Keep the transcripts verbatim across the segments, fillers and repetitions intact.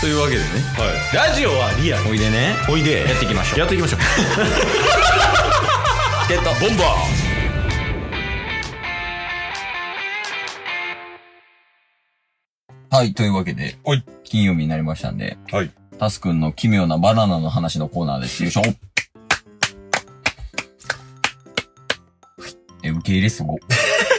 というわけでね、 はい、ラジオはリアル。 おいでね、 おいでやっていきましょう。 やっていきましょう。 チケットボンバー。はい、というわけで、 はい、 金曜日になりましたんで、 はい、 タスくんの奇妙なバナナの話のコーナーです。よいしょ。え、受け入れすご。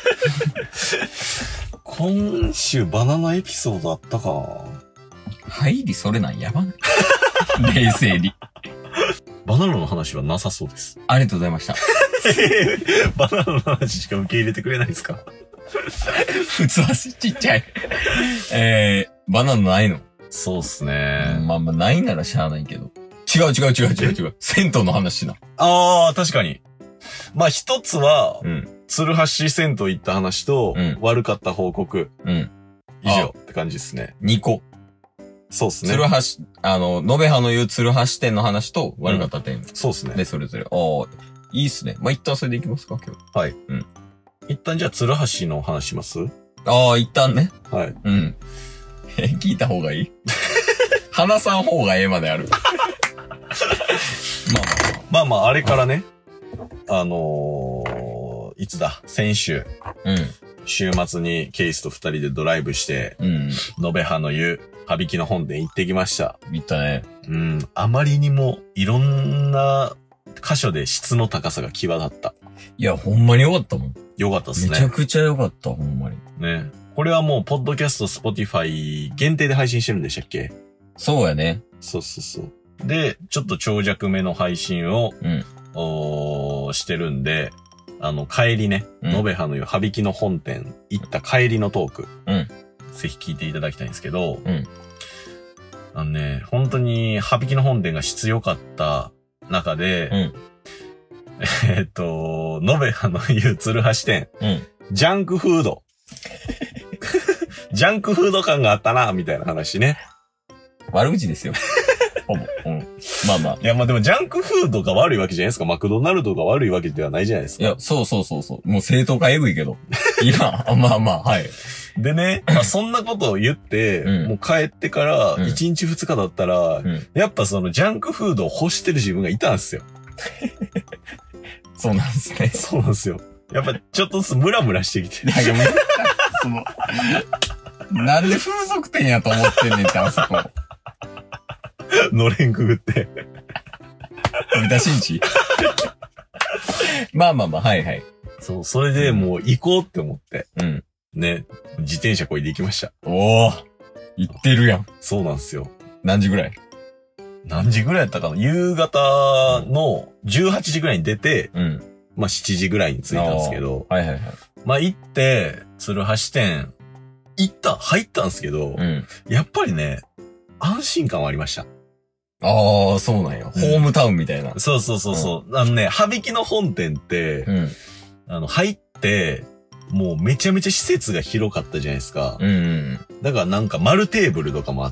今週バナナエピソードあったか。 入りそれなんやばない冷静に。 バナナの話はなさそうです。 ありがとうございました。 バナナの話しか受け入れてくれないですか？ 普通はちっちゃい。えー、バナナないの？ そうっすね。 まあまあ、ないならしゃあないけど。違う違う違う違う違う。銭湯の話な。 ああ、確かに。まあ一つは、 うん。 鶴橋銭湯行った話と、 うん、 悪かった報告。 うん。 以上って感じですね。 にこ。 そうっすね。 鶴橋、あの、延べ葉の言う鶴橋店の話と悪かった点。うん、 そうっすね。 で、それぞれ。ああ、いいっすね。まあ、一旦それでいきますか、今日。 はい。 うん。 一旦じゃあ鶴橋の話します？ ああ、一旦ね。 はい。 うん。え、聞いた方がいい？話さん方がええまである。まあまあまあまあ、あれからね、あのー、いつだ、先週。 うん。 週末にケイスと二人でドライブして、 うん。 延べ葉の湯、羽引きの本殿行ってきました。 行ったね。 うん。あまりにもいろんな箇所で質の高さが際立った。 いや、ほんまによかったもん。 よかったっすね。 めちゃくちゃよかった、ほんまに。 ね。これはもう、ポッドキャスト、スポティファイ限定で配信してるんでしたっけ？ そうやね。 そうそうそう。で、ちょっと長尺目の配信を、 うん。 おーしてるんで、あの、帰りね、 うん、 延べ葉の湯、羽引きの本店行った帰りのトーク。 うん。 ぜひ聞いていただきたいんですけど、 うん。 あのね、本当に羽引きの本店が質良かった中で、 うん。 えっと、延べ葉の湯、鶴橋店。 うん。 ジャンクフード。ジャンクフード感があったな、みたいな話ね。 悪口ですよ。ほぼ。うん。まあまあ。 いや、まあでもジャンクフードが悪いわけじゃないですか。マクドナルドが悪いわけではないじゃないですか。 いや、そうそうそうそう。もう正当化エグいけど。今、まあまあ、はい。 でね、まあ、そんなことを言って、うん、もう帰ってから、いちにちふつかだったら、うん、やっぱそのジャンクフードを欲してる自分がいたんですよ。 そうなんですね。 そうなんですよ。やっぱちょっとずつムラムラしてきて。いや、 その、なんで風俗店やと思ってんねんって、あそこ。 のれんくぐって。 飛び出しんちまあまあまあ、はいはい。 そう、それでもう行こうって思って。 うん。 ね、自転車こいで行きました。 おー、行ってるやん。 そうなんですよ。 何時ぐらい？ 何時ぐらいやったかな？夕方のじゅうはちじぐらいに出て、うん。まあしちじぐらいに着いたんですけど。 はいはいはい。 まあ行って、鶴橋店、行った、入ったんですけど、うん。やっぱりね、安心感はありました。 ああ、そうなんや。ホームタウンみたいな。 うん、そうそうそうそう。うん、あのね、羽引きの本店って、うん。あの、入って、もうめちゃめちゃ施設が広かったじゃないですか。うんうん。だからなんか丸テーブルとかもあって、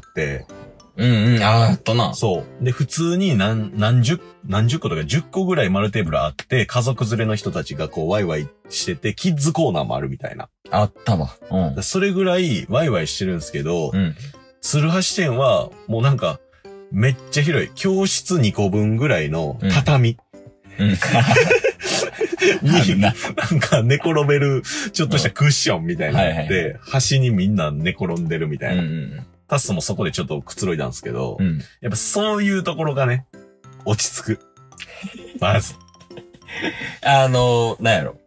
うんうん、ああ、あったな。 そう。で、普通に何、何十、何十個とかじゅっこぐらい丸テーブルあって、家族連れの人たちがこうワイワイしてて、キッズコーナーもあるみたいな。 あったわ。 うん。それぐらいワイワイしてるんですけど、うん。鶴橋店はもうなんか、めっちゃ広い。教室にこぶんぐらいの畳。うん。うんに、な、なんか寝転べる、ちょっとしたクッションみたいなのって、はいはい、端にみんな寝転んでるみたいな。うんうん、タスもそこでちょっとくつろいだんですけど、うん、やっぱそういうところがね、落ち着く。まず。 あのー、なんやろ。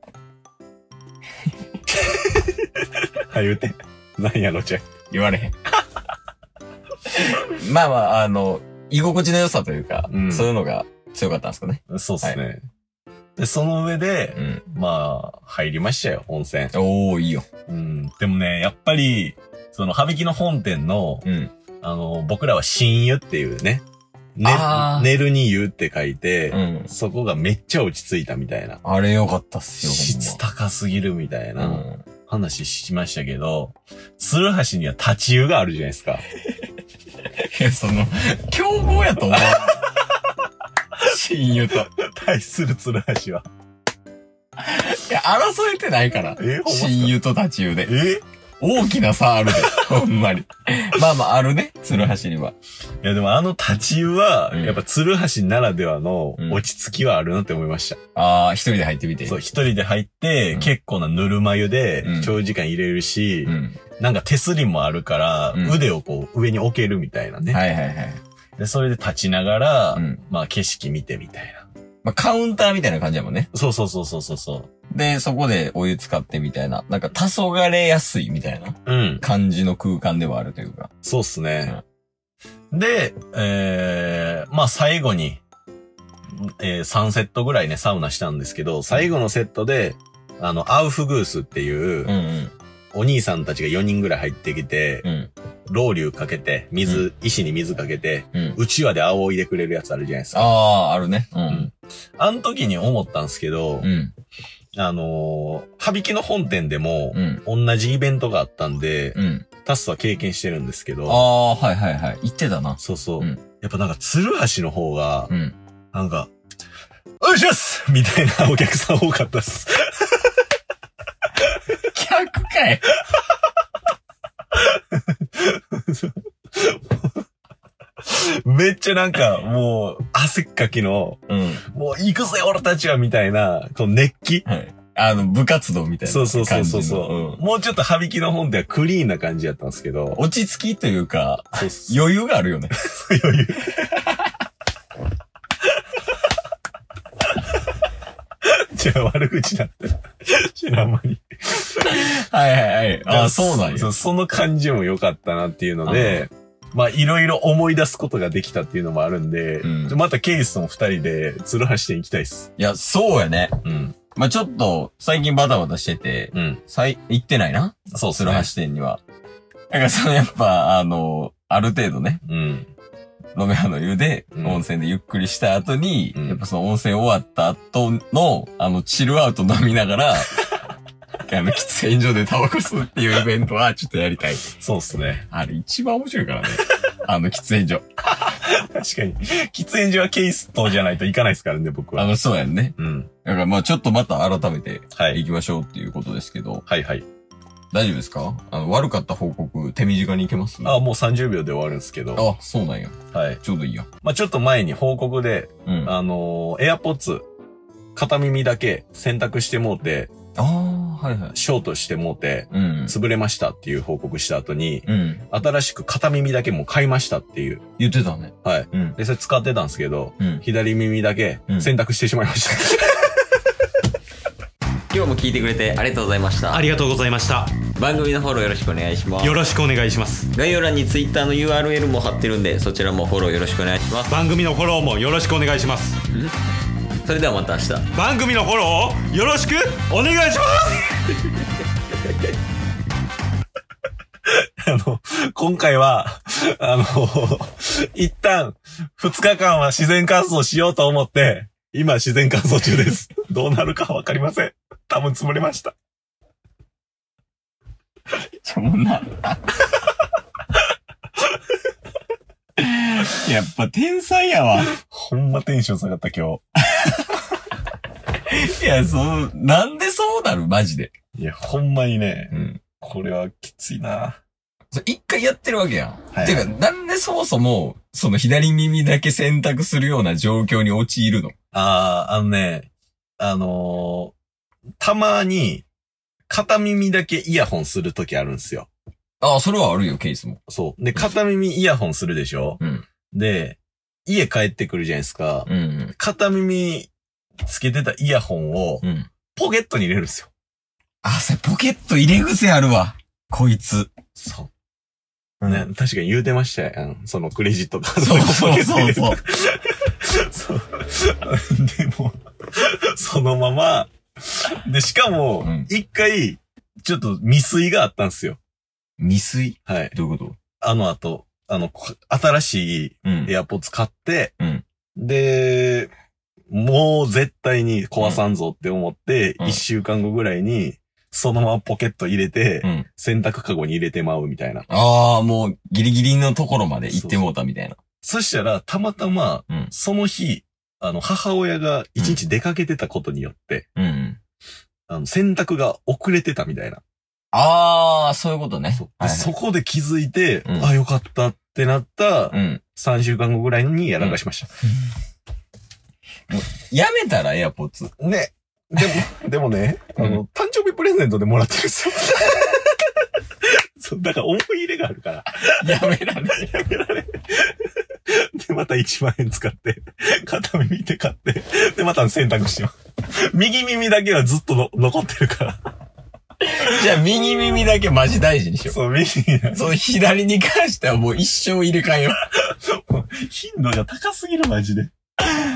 はい、言うて。なんやろ、ちゃ言われへん。まあまあ、あの、居心地の良さというか、うん、そういうのが強かったんですかね。 そうっすね。はい、で、その上で、うん、まあ、入りましたよ、温泉。 おー、いいよ。 うん。でもね、やっぱり、その、羽引きの本店の、うん、あの、僕らは新湯っていうね、ね、寝るに湯って書いて、うん、そこがめっちゃ落ち着いたみたいな。 あれよかったっすよ。 質高すぎるみたいな、うん、話しましたけど、鶴橋には立ち湯があるじゃないですか。 いや、その、競合やと思う。新湯と。 対する鶴橋は。 いや、争えてないから。え、新湯と立ち湯で。 え大きな差あるで。ほんまに。まあまあ、あるね。鶴橋には。 いやでもあの立ち湯は、 うんやっぱ鶴橋ならではのうん落ち着きはあるなって思いました。 ああ、一人で入ってみて。 そう、一人で入って、 うん結構なぬるま湯でうん長時間入れるし、 うん。 なんか手すりもあるから、 うん腕をこう上に置けるみたいなね。 はいはいはい。 で、それで立ちながら、 うんまあ景色見てみたいな。 まあ、カウンターみたいな感じやもんね。 そうそうそうそうそうそで、そこでお湯使ってみたいな。なんか、黄昏やすいみたいなう。うん。 感じの空間ではあるというか。 そうっすね。で、えー、まあ最後に、えー、さんセットぐらいね、サウナしたんですけど、最後のセットで、あの、アウフグースっていう、 うんうん。 お兄さんたちがよにんぐらい入ってきて、 うん。 ロウリュかけて、水、 うん石に水かけて、 うん。 うちわで仰いでくれるやつあるじゃないですか。 ああ、あるね。ううんん。あの時に思ったんですけど、 うん。 あのー、羽引の本店でも、 うん。 同じイベントがあったんで、 うん。 タスは経験してるんですけあど、 あ、はいはいはい。言ってたな。 そうそう。 うんやっぱなんか、鶴橋の方がう、ん。 なんか、お願いしますみたいなお客さん多かったっす。 客かい。 めっちゃなんか、もう、汗っかきの、 うん。 もう行くぜ俺たちはみたいな、この熱気。 はい。あの、部活動みたいなそう感じの。 そうそうそうそう、 うん。 もうちょっと羽引きの本ではクリーンな感じやったんですけど、 落ち着きというか、 そうそう余裕があるよね。 余裕。じゃあ悪口だった。知らんまに。 はいはいはい。ああ、そうなんや。 そその感じも良かったなっていうので、まあいろいろ思い出すことができたっていうのもあるんで、 うんまたケイスとも二人で鶴橋店行きたいっす。 いや、そうやね。 うん。 まあちょっと、最近バタバタしてて、 うん。 さい、行ってないな。 そうっすね。 鶴橋店には。だからそのやっぱ、あの、ある程度ね、 うん。 ロメハの湯で、 うん温泉でゆっくりした後に、 うんやっぱその温泉終わった後の、あの、チルアウト飲みながら、あの、喫煙所でタバコ吸うっていうイベントはちょっとやりたい。 そうっすね。 あれ一番面白いからね。あの、喫煙所。 確かに。喫煙所はケイスとじゃないと行かないですからね、僕は。 あの、そうやんね。 うん。 だからまあちょっとまた改めてはい。 行きましょうっていうことですけど、 はいはい。 大丈夫ですか？あの、悪かった報告、手短に行けます？ あ、もうさんじゅうびょうで終わるんですけど。 あ、そうなんや。 はい。 ちょうどいいや。 まあちょっと前に報告で、 うん。ああのー、エアポッツ、片耳だけ選択してもうて、 あー、はいはい。 ショートしてもうて、 うん。 潰れましたっていう報告した後に、 うん。 新しく片耳だけもう買いましたっていう。 言ってたね。 はい。 うん。 で、それ使ってたんですけど、 うん。 左耳だけうん選択してしまいました。 今日も聞いてくれてありがとうございましたありがとうございました。 番組のフォローよろしくお願いしますよろしくお願いします。 概要欄に Twitter の ユーアールエル も貼ってるんでそちらもフォローよろしくお願いします番組のフォローもよろしくお願いします。 それではまた明日番組のフォローをよろしくお願いします。 あの、今回は、あの、一旦、二日間は自然乾燥しようと思って、今自然乾燥中です。どうなるかわかりません。多分潰れました。 ちょ、もうな。やっぱ天才やわ。 ほんまテンション下がった今いや、そう、なんでそうなるマジで。 日。いや、ほんまにね、 うん。 これはきついな。 そう一回やってるわけやん。 はいてか、なんでそもそも、その左耳だけ選択するような状況に陥るの？ あー、あのね、あのー、たまに、片耳だけイヤホンするときあるんですよ。 ああ、それはあるよ、ケースも。 そう。で、片耳イヤホンするでしょ、 うん。 で、家帰ってくるじゃないですか。 うんうん。 片耳つけてたイヤホンをうん。 ポケットに入れるんですよ。 あ、それポケット入れ癖あるわ。こいつ。 そう。 うんね、確かに言うてましたよ。そのクレジットカードそうそうポケットにそう入れてそう。 そう。でも、そのまま、で、しかもうん、 一回、ちょっと未遂があったんですよ。 未遂はい。 どういうこと？ あの後、あの、こ新しいうん。 エアポッツ買って、 うんで、もう絶対に壊さんぞって思って、 うん一週間後ぐらいに、そのままポケット入れて、 うん。 洗濯カゴに入れてまうみたいな。 ああ、もうギリギリのところまで行ってもうたみたいな。 そしたら、たまたま、 うん。 その日、あの、母親が一日出かけてたことによって、 うんうん。 あの、洗濯が遅れてたみたいな。 あー、そういうことね。 そうで、そこで気づいて、 うん、 あ、よかったってなった、 うん、 さんしゅうかんごぐらいにやらかしました。 うん、もうやめたらエアポッツ。 ね。でも、でもね、あの、うん、誕生日プレゼントでもらってるんですよ。そう、だから思い入れがあるから。 やめられない。 やめられない。で、またいちまんえん使って、片耳で買って、で、また選択しよう。右耳だけはずっとの残ってるから。 じゃあ、右耳だけマジ大事にしよう。 そう、右耳。 そう、左に関してはもう一生入れ替えよう。 頻度が高すぎる、マジで。